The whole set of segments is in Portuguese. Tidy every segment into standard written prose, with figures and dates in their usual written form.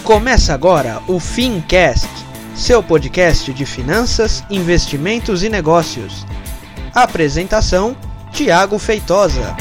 Começa agora o Fincast, seu podcast de finanças, investimentos e negócios. Apresentação: Thiago Feitosa.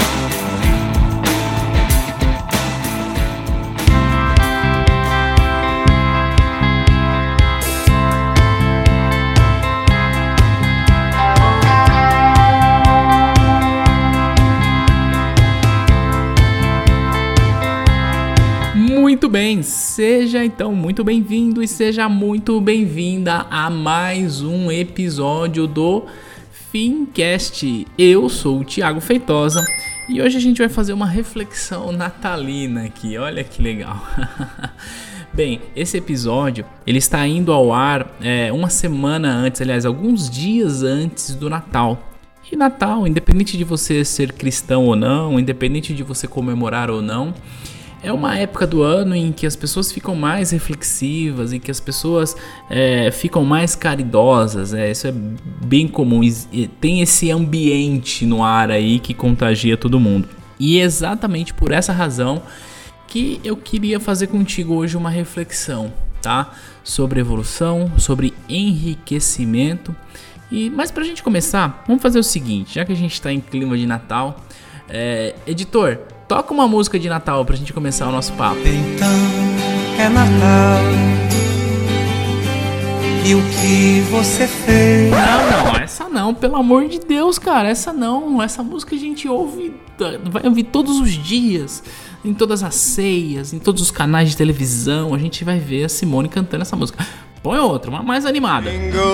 Muito bem, seja então muito bem-vindo e seja muito bem-vinda a mais um episódio do Fincast. Eu sou o Thiago Feitosa e hoje a gente vai fazer uma reflexão natalina aqui, olha que legal. Bem, esse episódio ele está indo ao ar uma semana antes, aliás, alguns dias antes do Natal. E Natal, independente de você ser cristão ou não, independente de você comemorar ou não, é uma época do ano em que as pessoas ficam mais reflexivas, em que as pessoas ficam mais caridosas. Isso é bem comum, tem esse ambiente no ar aí que contagia todo mundo. E é exatamente por essa razão que eu queria fazer contigo hoje uma reflexão, tá? Sobre evolução, sobre enriquecimento. Mas pra gente começar, vamos fazer o seguinte, já que a gente está em clima de Natal, editor, toca uma música de Natal pra gente começar o nosso papo. Então é Natal. E o que você fez? Não, essa não, pelo amor de Deus, cara, essa não. Essa música a gente vai ouvir todos os dias, em todas as ceias, em todos os canais de televisão. A gente vai ver a Simone cantando essa música. Põe outra, uma mais animada.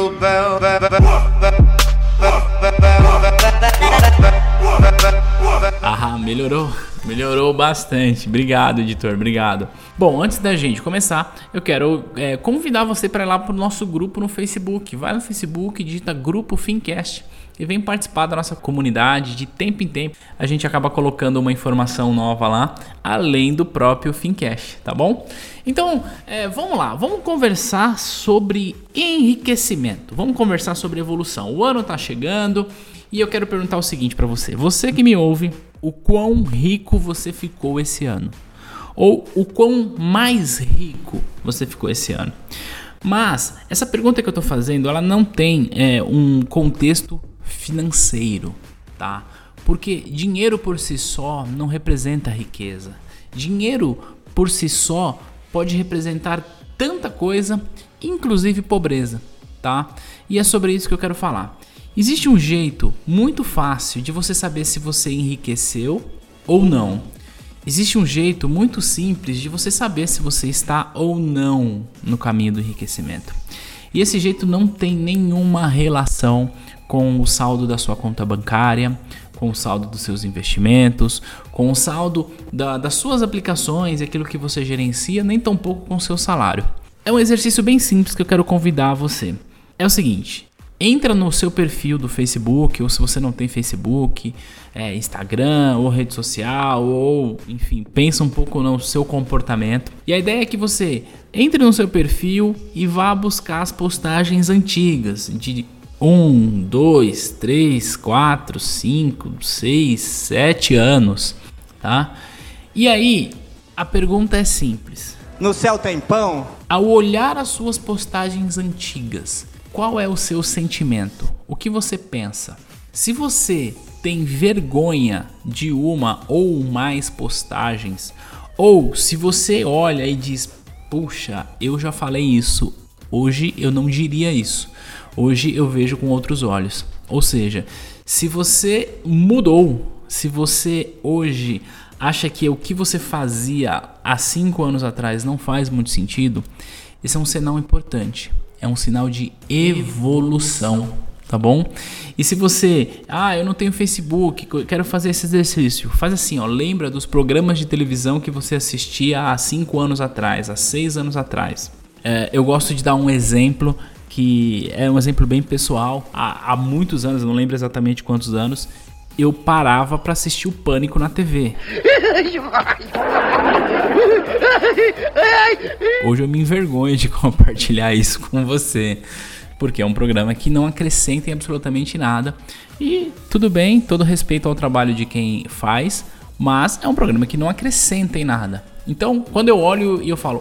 Ah, melhorou bastante. Obrigado, editor, obrigado. Bom, antes da gente começar, eu quero convidar você para ir lá pro nosso grupo no Facebook. Vai no Facebook, digita Grupo Fincast e vem participar da nossa comunidade. De tempo em tempo a gente acaba colocando uma informação nova lá, além do próprio Fincast, tá bom? Então, vamos lá, vamos conversar sobre enriquecimento, vamos conversar sobre evolução. O ano tá chegando e eu quero perguntar o seguinte para você. Você que me ouve, o quão rico você ficou esse ano? Ou o quão mais rico você ficou esse ano? Mas essa pergunta que eu tô fazendo, ela não tem um contexto financeiro, tá? Porque dinheiro por si só não representa riqueza. Dinheiro por si só pode representar tanta coisa, inclusive pobreza, tá? E é sobre isso que eu quero falar. Existe um jeito muito fácil de você saber se você enriqueceu ou não. Existe um jeito muito simples de você saber se você está ou não no caminho do enriquecimento. E esse jeito não tem nenhuma relação com o saldo da sua conta bancária, com o saldo dos seus investimentos, com o saldo das suas aplicações e aquilo que você gerencia, nem tampouco com o seu salário. É um exercício bem simples que eu quero convidar você. É o seguinte: entra no seu perfil do Facebook, ou se você não tem Facebook, Instagram ou rede social, ou enfim, pensa um pouco no seu comportamento. E a ideia é que você entre no seu perfil e vá buscar as postagens antigas de 1, 2, 3, 4, 5, 6, 7 anos, tá? E aí, a pergunta é simples. No céu tem pão? Ao olhar as suas postagens antigas, qual é o seu sentimento? O que você pensa? Se você tem vergonha de uma ou mais postagens, ou se você olha e diz, puxa, eu já falei isso, hoje eu não diria isso, hoje eu vejo com outros olhos. Ou seja, se você mudou, se você hoje acha que o que você fazia há 5 anos atrás não faz muito sentido, esse é um sinal importante. É um sinal de evolução, tá bom? E se você, eu não tenho Facebook, quero fazer esse exercício, faz assim, lembra dos programas de televisão que você assistia há 5 anos atrás, há 6 anos atrás. Eu gosto de dar um exemplo que é um exemplo bem pessoal. Há muitos anos, eu não lembro exatamente quantos anos, eu parava para assistir o Pânico na TV. Hoje eu me envergonho de compartilhar isso com você, porque é um programa que não acrescenta em absolutamente nada. E tudo bem, todo respeito ao trabalho de quem faz, mas é um programa que não acrescenta em nada. Então, quando eu olho e eu falo,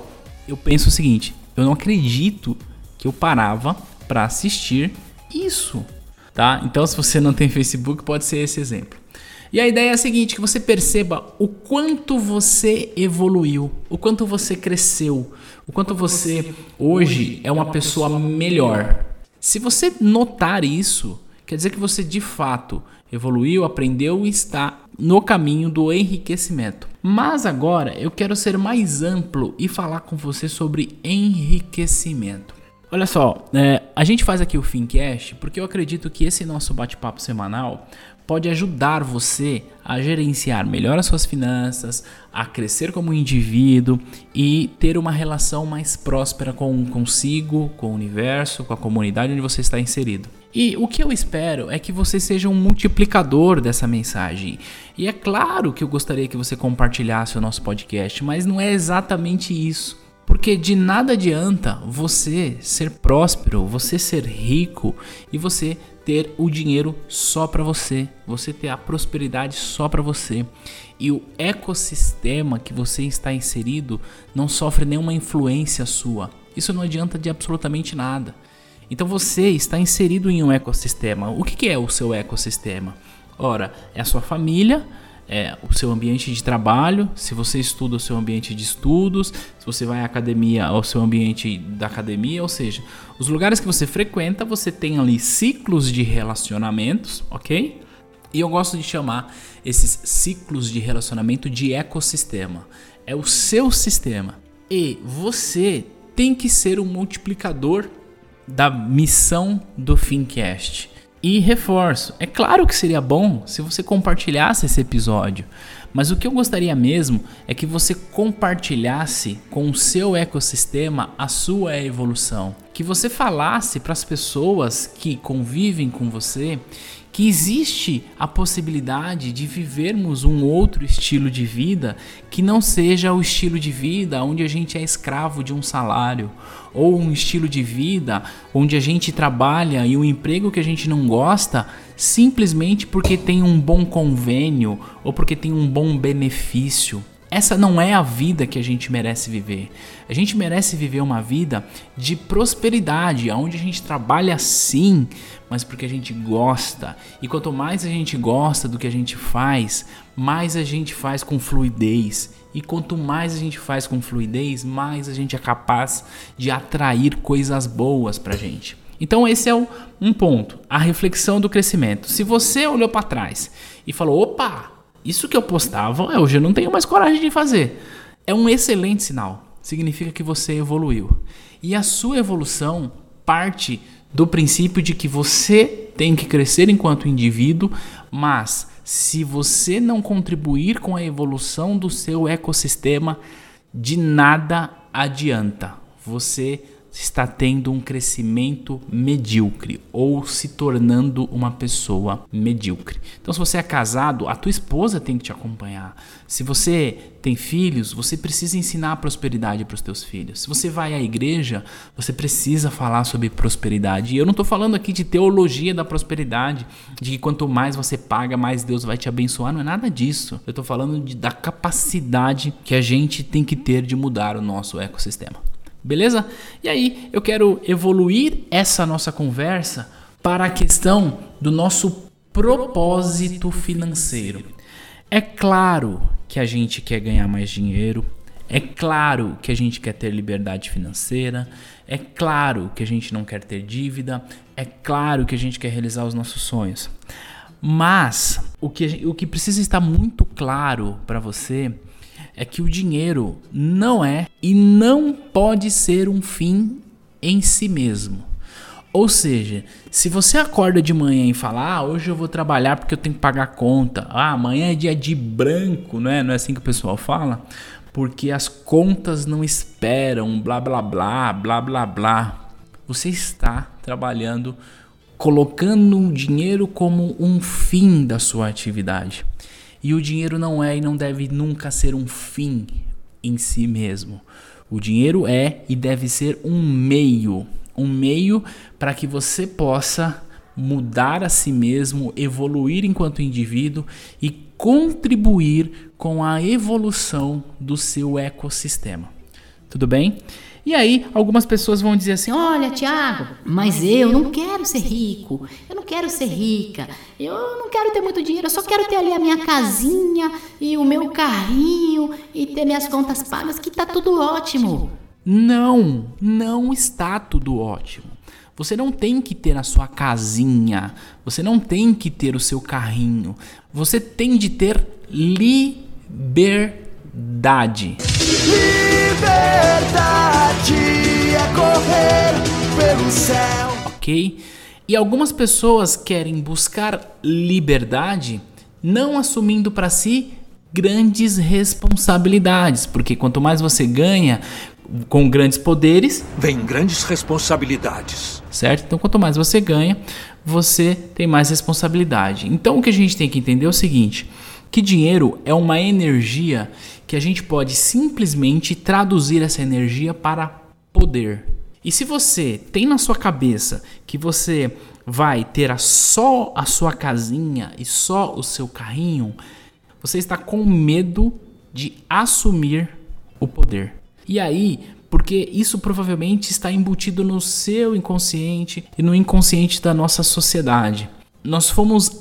eu penso o seguinte: eu não acredito que eu parava para assistir isso, tá? Então, se você não tem Facebook, pode ser esse exemplo. E a ideia é a seguinte, que você perceba o quanto você evoluiu, o quanto você cresceu, o quanto você hoje é uma pessoa melhor. Se você notar isso, quer dizer que você de fato evoluiu, aprendeu e está no caminho do enriquecimento. Mas agora eu quero ser mais amplo e falar com você sobre enriquecimento. Olha só, a gente faz aqui o Fincast porque eu acredito que esse nosso bate-papo semanal pode ajudar você a gerenciar melhor as suas finanças, a crescer como indivíduo e ter uma relação mais próspera consigo, com o universo, com a comunidade onde você está inserido. E o que eu espero é que você seja um multiplicador dessa mensagem. E é claro que eu gostaria que você compartilhasse o nosso podcast, mas não é exatamente isso. Porque de nada adianta você ser próspero, você ser rico e você ter o dinheiro só para você, você ter a prosperidade só para você. E o ecossistema que você está inserido não sofre nenhuma influência sua. Isso não adianta de absolutamente nada. Então você está inserido em um ecossistema. O que é o seu ecossistema? Ora, é a sua família, é o seu ambiente de trabalho, se você estuda, o seu ambiente de estudos, se você vai à academia, o seu ambiente da academia, ou seja, os lugares que você frequenta, você tem ali ciclos de relacionamentos, ok? E eu gosto de chamar esses ciclos de relacionamento de ecossistema. É o seu sistema. E você tem que ser um multiplicador da missão do Fincast. E reforço, é claro que seria bom se você compartilhasse esse episódio, mas o que eu gostaria mesmo é que você compartilhasse com o seu ecossistema a sua evolução. Que você falasse para as pessoas que convivem com você que existe a possibilidade de vivermos um outro estilo de vida que não seja o estilo de vida onde a gente é escravo de um salário, ou um estilo de vida onde a gente trabalha e um emprego que a gente não gosta simplesmente porque tem um bom convênio ou porque tem um bom benefício. Essa não é a vida que a gente merece viver. A gente merece viver uma vida de prosperidade, onde a gente trabalha sim, mas porque a gente gosta. E quanto mais a gente gosta do que a gente faz, mais a gente faz com fluidez. E quanto mais a gente faz com fluidez, mais a gente é capaz de atrair coisas boas pra gente. Então esse é um ponto, a reflexão do crescimento. Se você olhou para trás e falou, opa, isso que eu postava, hoje eu não tenho mais coragem de fazer. É um excelente sinal. Significa que você evoluiu. E a sua evolução parte do princípio de que você tem que crescer enquanto indivíduo, mas se você não contribuir com a evolução do seu ecossistema, de nada adianta. Você está tendo um crescimento medíocre ou se tornando uma pessoa medíocre. Então, se você é casado, a tua esposa tem que te acompanhar. Se você tem filhos, você precisa ensinar a prosperidade para os teus filhos. Se você vai à igreja, você precisa falar sobre prosperidade. E eu não estou falando aqui de teologia da prosperidade, de que quanto mais você paga, mais Deus vai te abençoar. Não é nada disso. Eu estou falando da capacidade que a gente tem que ter de mudar o nosso ecossistema. Beleza? E aí eu quero evoluir essa nossa conversa para a questão do nosso propósito financeiro. É claro que a gente quer ganhar mais dinheiro, é claro que a gente quer ter liberdade financeira, é claro que a gente não quer ter dívida, é claro que a gente quer realizar os nossos sonhos. Mas o que precisa estar muito claro para você é que o dinheiro não é e não pode ser um fim em si mesmo. Ou seja, se você acorda de manhã e fala, hoje eu vou trabalhar porque eu tenho que pagar conta, amanhã é dia de branco, não é assim que o pessoal fala? Porque as contas não esperam, blá blá blá, blá blá blá. Você está trabalhando, colocando o dinheiro como um fim da sua atividade. E o dinheiro não é e não deve nunca ser um fim em si mesmo. O dinheiro é e deve ser um meio para que você possa mudar a si mesmo, evoluir enquanto indivíduo e contribuir com a evolução do seu ecossistema. Tudo bem? E aí, algumas pessoas vão dizer assim: olha, Tiago, mas eu não quero ser rico, eu não quero ser rica, eu não quero ter muito dinheiro, eu só quero ter ali a minha casinha e o meu carrinho e ter minhas contas pagas, que tá tudo ótimo. Não está tudo ótimo. Você não tem que ter a sua casinha, você não tem que ter o seu carrinho, você tem de ter liberdade. Liberdade é correr pelo céu. Ok? E algumas pessoas querem buscar liberdade não assumindo para si grandes responsabilidades, porque quanto mais você ganha com grandes poderes, vem grandes responsabilidades. Certo? Então, quanto mais você ganha, você tem mais responsabilidade. Então, o que a gente tem que entender é o seguinte: que dinheiro é uma energia que a gente pode simplesmente traduzir essa energia para poder. E se você tem na sua cabeça que você vai ter só a sua casinha e só o seu carrinho, você está com medo de assumir o poder. E aí, porque isso provavelmente está embutido no seu inconsciente e no inconsciente da nossa sociedade. Nós fomos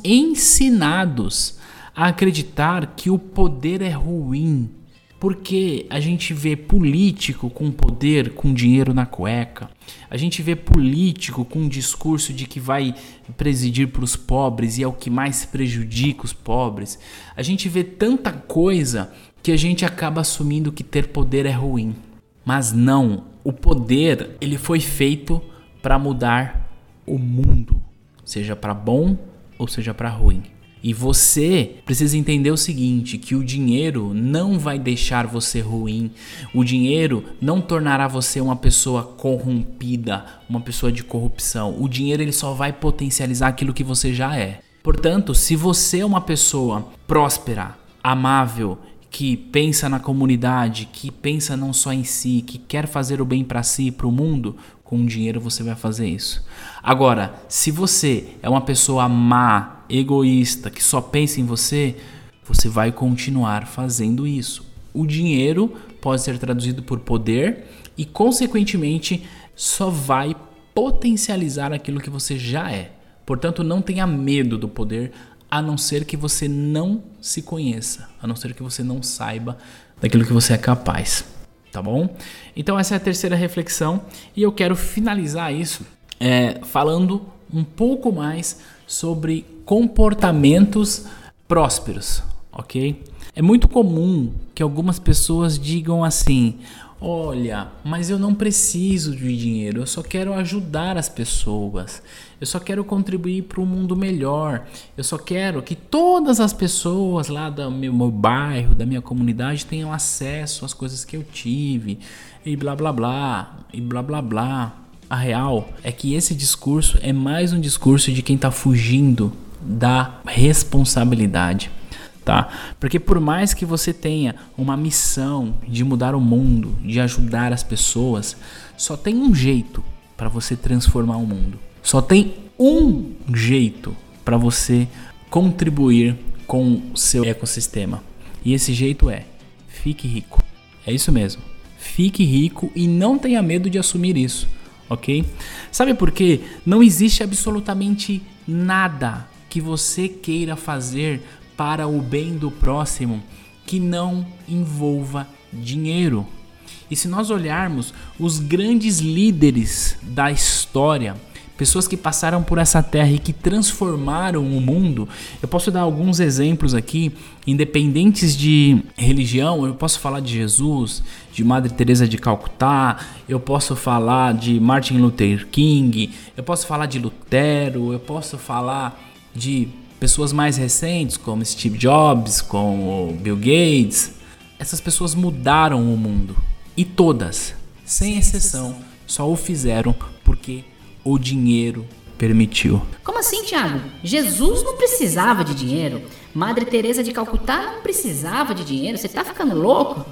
ensinados a acreditar que o poder é ruim, porque a gente vê político com poder, com dinheiro na cueca, a gente vê político com um discurso de que vai presidir para os pobres e é o que mais prejudica os pobres, a gente vê tanta coisa que a gente acaba assumindo que ter poder é ruim. Mas não, o poder ele foi feito para mudar o mundo, seja para bom ou seja para ruim. E você precisa entender o seguinte, que o dinheiro não vai deixar você ruim, o dinheiro não tornará você uma pessoa corrompida, uma pessoa de corrupção. O dinheiro ele só vai potencializar aquilo que você já é. Portanto, se você é uma pessoa próspera, amável, que pensa na comunidade, que pensa não só em si, que quer fazer o bem para si e para o mundo, com dinheiro você vai fazer isso. Agora, se você é uma pessoa má, egoísta, que só pensa em você, você vai continuar fazendo isso. O dinheiro pode ser traduzido por poder e, consequentemente, só vai potencializar aquilo que você já é. Portanto, não tenha medo do poder, a não ser que você não se conheça, a não ser que você não saiba daquilo que você é capaz, tá bom? Então essa é a terceira reflexão e eu quero finalizar isso falando um pouco mais sobre comportamentos prósperos, ok? É muito comum que algumas pessoas digam assim: olha, mas eu não preciso de dinheiro, eu só quero ajudar as pessoas, eu só quero contribuir para um mundo melhor, eu só quero que todas as pessoas lá do meu bairro, da minha comunidade tenham acesso às coisas que eu tive, e blá blá blá, e blá blá blá. A real é que esse discurso é mais um discurso de quem está fugindo da responsabilidade. Tá? Porque por mais que você tenha uma missão de mudar o mundo, de ajudar as pessoas, só tem um jeito para você transformar o mundo. Só tem um jeito para você contribuir com o seu ecossistema. E esse jeito é: fique rico. É isso mesmo. Fique rico e não tenha medo de assumir isso, ok? Sabe por quê? Não existe absolutamente nada que você queira fazer para o bem do próximo que não envolva dinheiro. E se nós olharmos os grandes líderes da história, pessoas que passaram por essa terra e que transformaram o mundo, eu posso dar alguns exemplos aqui, independentes de religião. Eu posso falar de Jesus, de Madre Teresa de Calcutá, eu posso falar de Martin Luther King, eu posso falar de Lutero, eu posso falar de pessoas mais recentes como Steve Jobs, como Bill Gates. Essas pessoas mudaram o mundo e todas, sem exceção, só o fizeram porque o dinheiro permitiu. Como assim, Tiago? Jesus não precisava de dinheiro. Madre Teresa de Calcutá não precisava de dinheiro. Você tá ficando louco?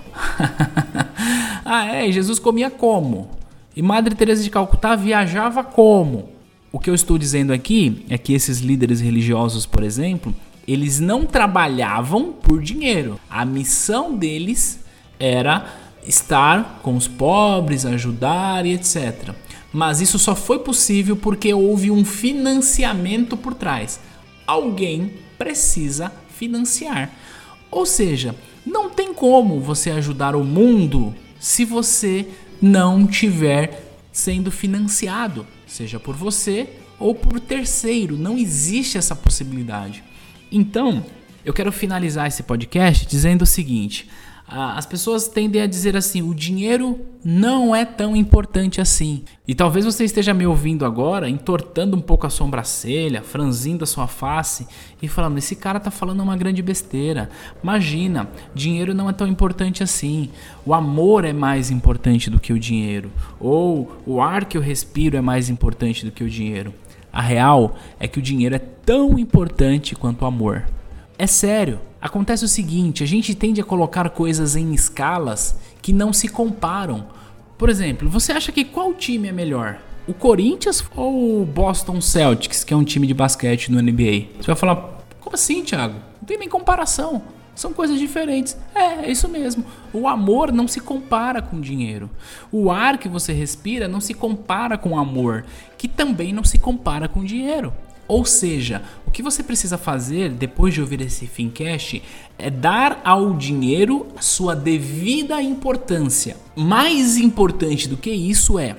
Jesus comia como? E Madre Teresa de Calcutá viajava como? O que eu estou dizendo aqui é que esses líderes religiosos, por exemplo, eles não trabalhavam por dinheiro. A missão deles era estar com os pobres, ajudar e etc. Mas isso só foi possível porque houve um financiamento por trás. Alguém precisa financiar. Ou seja, não tem como você ajudar o mundo se você não tiver sendo financiado, seja por você ou por terceiro. Não existe essa possibilidade. Então, eu quero finalizar esse podcast dizendo o seguinte: as pessoas tendem a dizer assim, o dinheiro não é tão importante assim. E talvez você esteja me ouvindo agora, entortando um pouco a sobrancelha, franzindo a sua face e falando, esse cara tá falando uma grande besteira. Imagina, dinheiro não é tão importante assim. O amor é mais importante do que o dinheiro. Ou o ar que eu respiro é mais importante do que o dinheiro. A real é que o dinheiro é tão importante quanto o amor. É sério. Acontece o seguinte, a gente tende a colocar coisas em escalas que não se comparam. Por exemplo, você acha que qual time é melhor? O Corinthians ou o Boston Celtics, que é um time de basquete no NBA? Você vai falar, como assim, Thiago? Não tem nem comparação. São coisas diferentes. É isso mesmo. O amor não se compara com dinheiro. O ar que você respira não se compara com o amor, que também não se compara com dinheiro. Ou seja, o que você precisa fazer depois de ouvir esse Fincast é dar ao dinheiro a sua devida importância. Mais importante do que isso é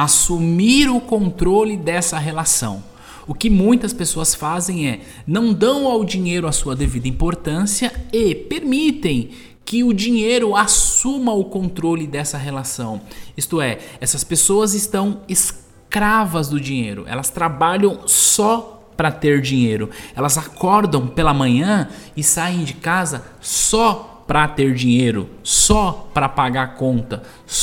assumir o controle dessa relação. O que muitas pessoas fazem é não dão ao dinheiro a sua devida importância e permitem que o dinheiro assuma o controle dessa relação. Isto é, essas pessoas estão escravas do dinheiro, elas trabalham só para ter dinheiro, elas acordam pela manhã e saem de casa só para ter dinheiro, só para pagar a conta,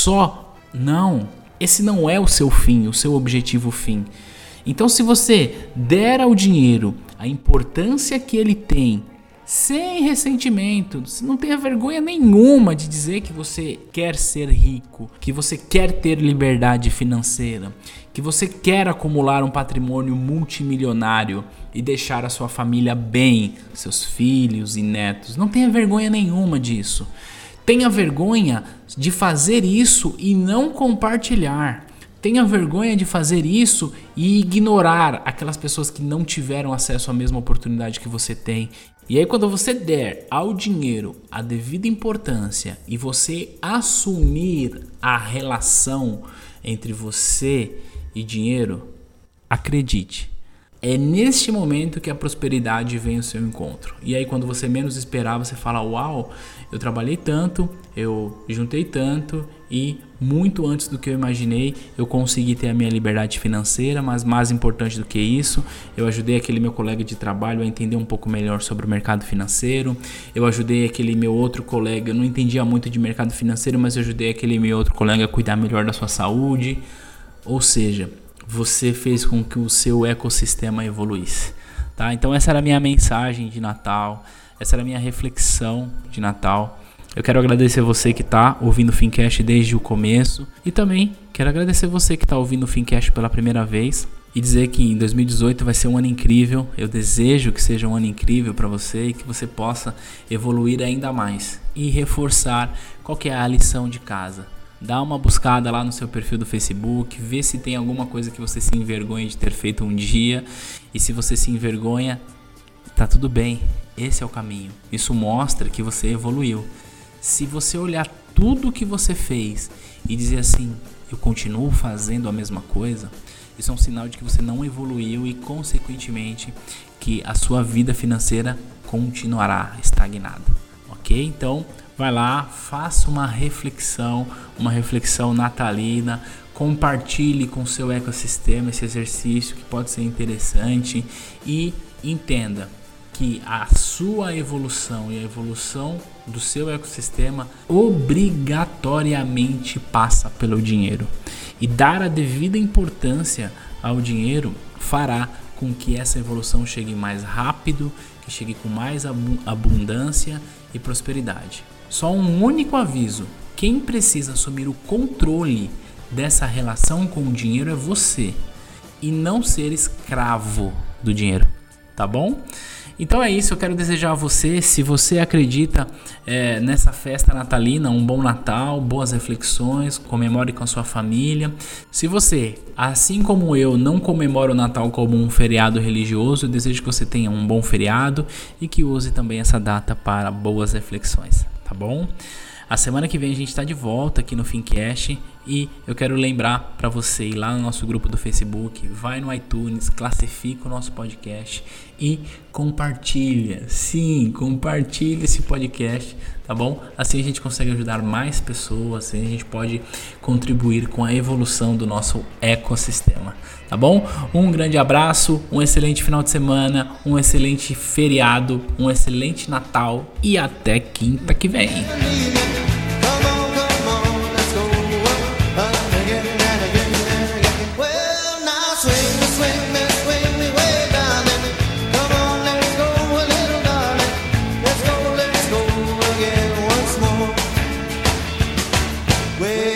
não, esse não é o seu fim, o seu objetivo fim. Então se você der ao dinheiro a importância que ele tem, sem ressentimento, você não tenha vergonha nenhuma de dizer que você quer ser rico, que você quer ter liberdade financeira, que você quer acumular um patrimônio multimilionário e deixar a sua família bem, seus filhos e netos. Não tenha vergonha nenhuma disso. Tenha vergonha de fazer isso e não compartilhar. Tenha vergonha de fazer isso e ignorar aquelas pessoas que não tiveram acesso à mesma oportunidade que você tem. E aí quando você der ao dinheiro a devida importância e você assumir a relação entre você e dinheiro, acredite, é neste momento que a prosperidade vem ao seu encontro. E aí quando você menos esperar, você fala, uau, eu trabalhei tanto, eu juntei tanto e muito antes do que eu imaginei, eu consegui ter a minha liberdade financeira, mas mais importante do que isso, eu ajudei aquele meu colega de trabalho a entender um pouco melhor sobre o mercado financeiro, eu ajudei aquele meu outro colega, eu não entendia muito de mercado financeiro, mas eu ajudei aquele meu outro colega a cuidar melhor da sua saúde. Ou seja, você fez com que o seu ecossistema evoluísse, tá? Então essa era a minha mensagem de Natal, essa era a minha reflexão de Natal. Eu quero agradecer você que está ouvindo o Fincast desde o começo e também quero agradecer você que está ouvindo o Fincast pela primeira vez e dizer que em 2018 vai ser um ano incrível. Eu desejo que seja um ano incrível para você e que você possa evoluir ainda mais e reforçar qual que é a lição de casa. Dá uma buscada lá no seu perfil do Facebook, vê se tem alguma coisa que você se envergonha de ter feito um dia. E se você se envergonha, tá tudo bem, esse é o caminho. Isso mostra que você evoluiu. Se você olhar tudo o que você fez e dizer assim, eu continuo fazendo a mesma coisa, isso é um sinal de que você não evoluiu e, consequentemente, que a sua vida financeira continuará estagnada. Ok? Então, vai lá, faça uma reflexão natalina, compartilhe com o seu ecossistema esse exercício que pode ser interessante e entenda que a sua evolução e a evolução do seu ecossistema obrigatoriamente passa pelo dinheiro. E dar a devida importância ao dinheiro fará com que essa evolução chegue mais rápido, que chegue com mais abundância e prosperidade. Só um único aviso: quem precisa assumir o controle dessa relação com o dinheiro é você, e não ser escravo do dinheiro, tá bom? Então é isso, eu quero desejar a você, se você acredita nessa festa natalina, um bom Natal, boas reflexões, comemore com a sua família. Se você, assim como eu, não comemora o Natal como um feriado religioso, eu desejo que você tenha um bom feriado e que use também essa data para boas reflexões, tá bom? A semana que vem a gente está de volta aqui no Fincast e eu quero lembrar para você ir lá no nosso grupo do Facebook, vai no iTunes, classifica o nosso podcast e compartilha. Sim, compartilha esse podcast, tá bom? Assim a gente consegue ajudar mais pessoas, assim a gente pode contribuir com a evolução do nosso ecossistema, tá bom? Um grande abraço, um excelente final de semana, um excelente feriado, um excelente Natal e até quinta que vem. Way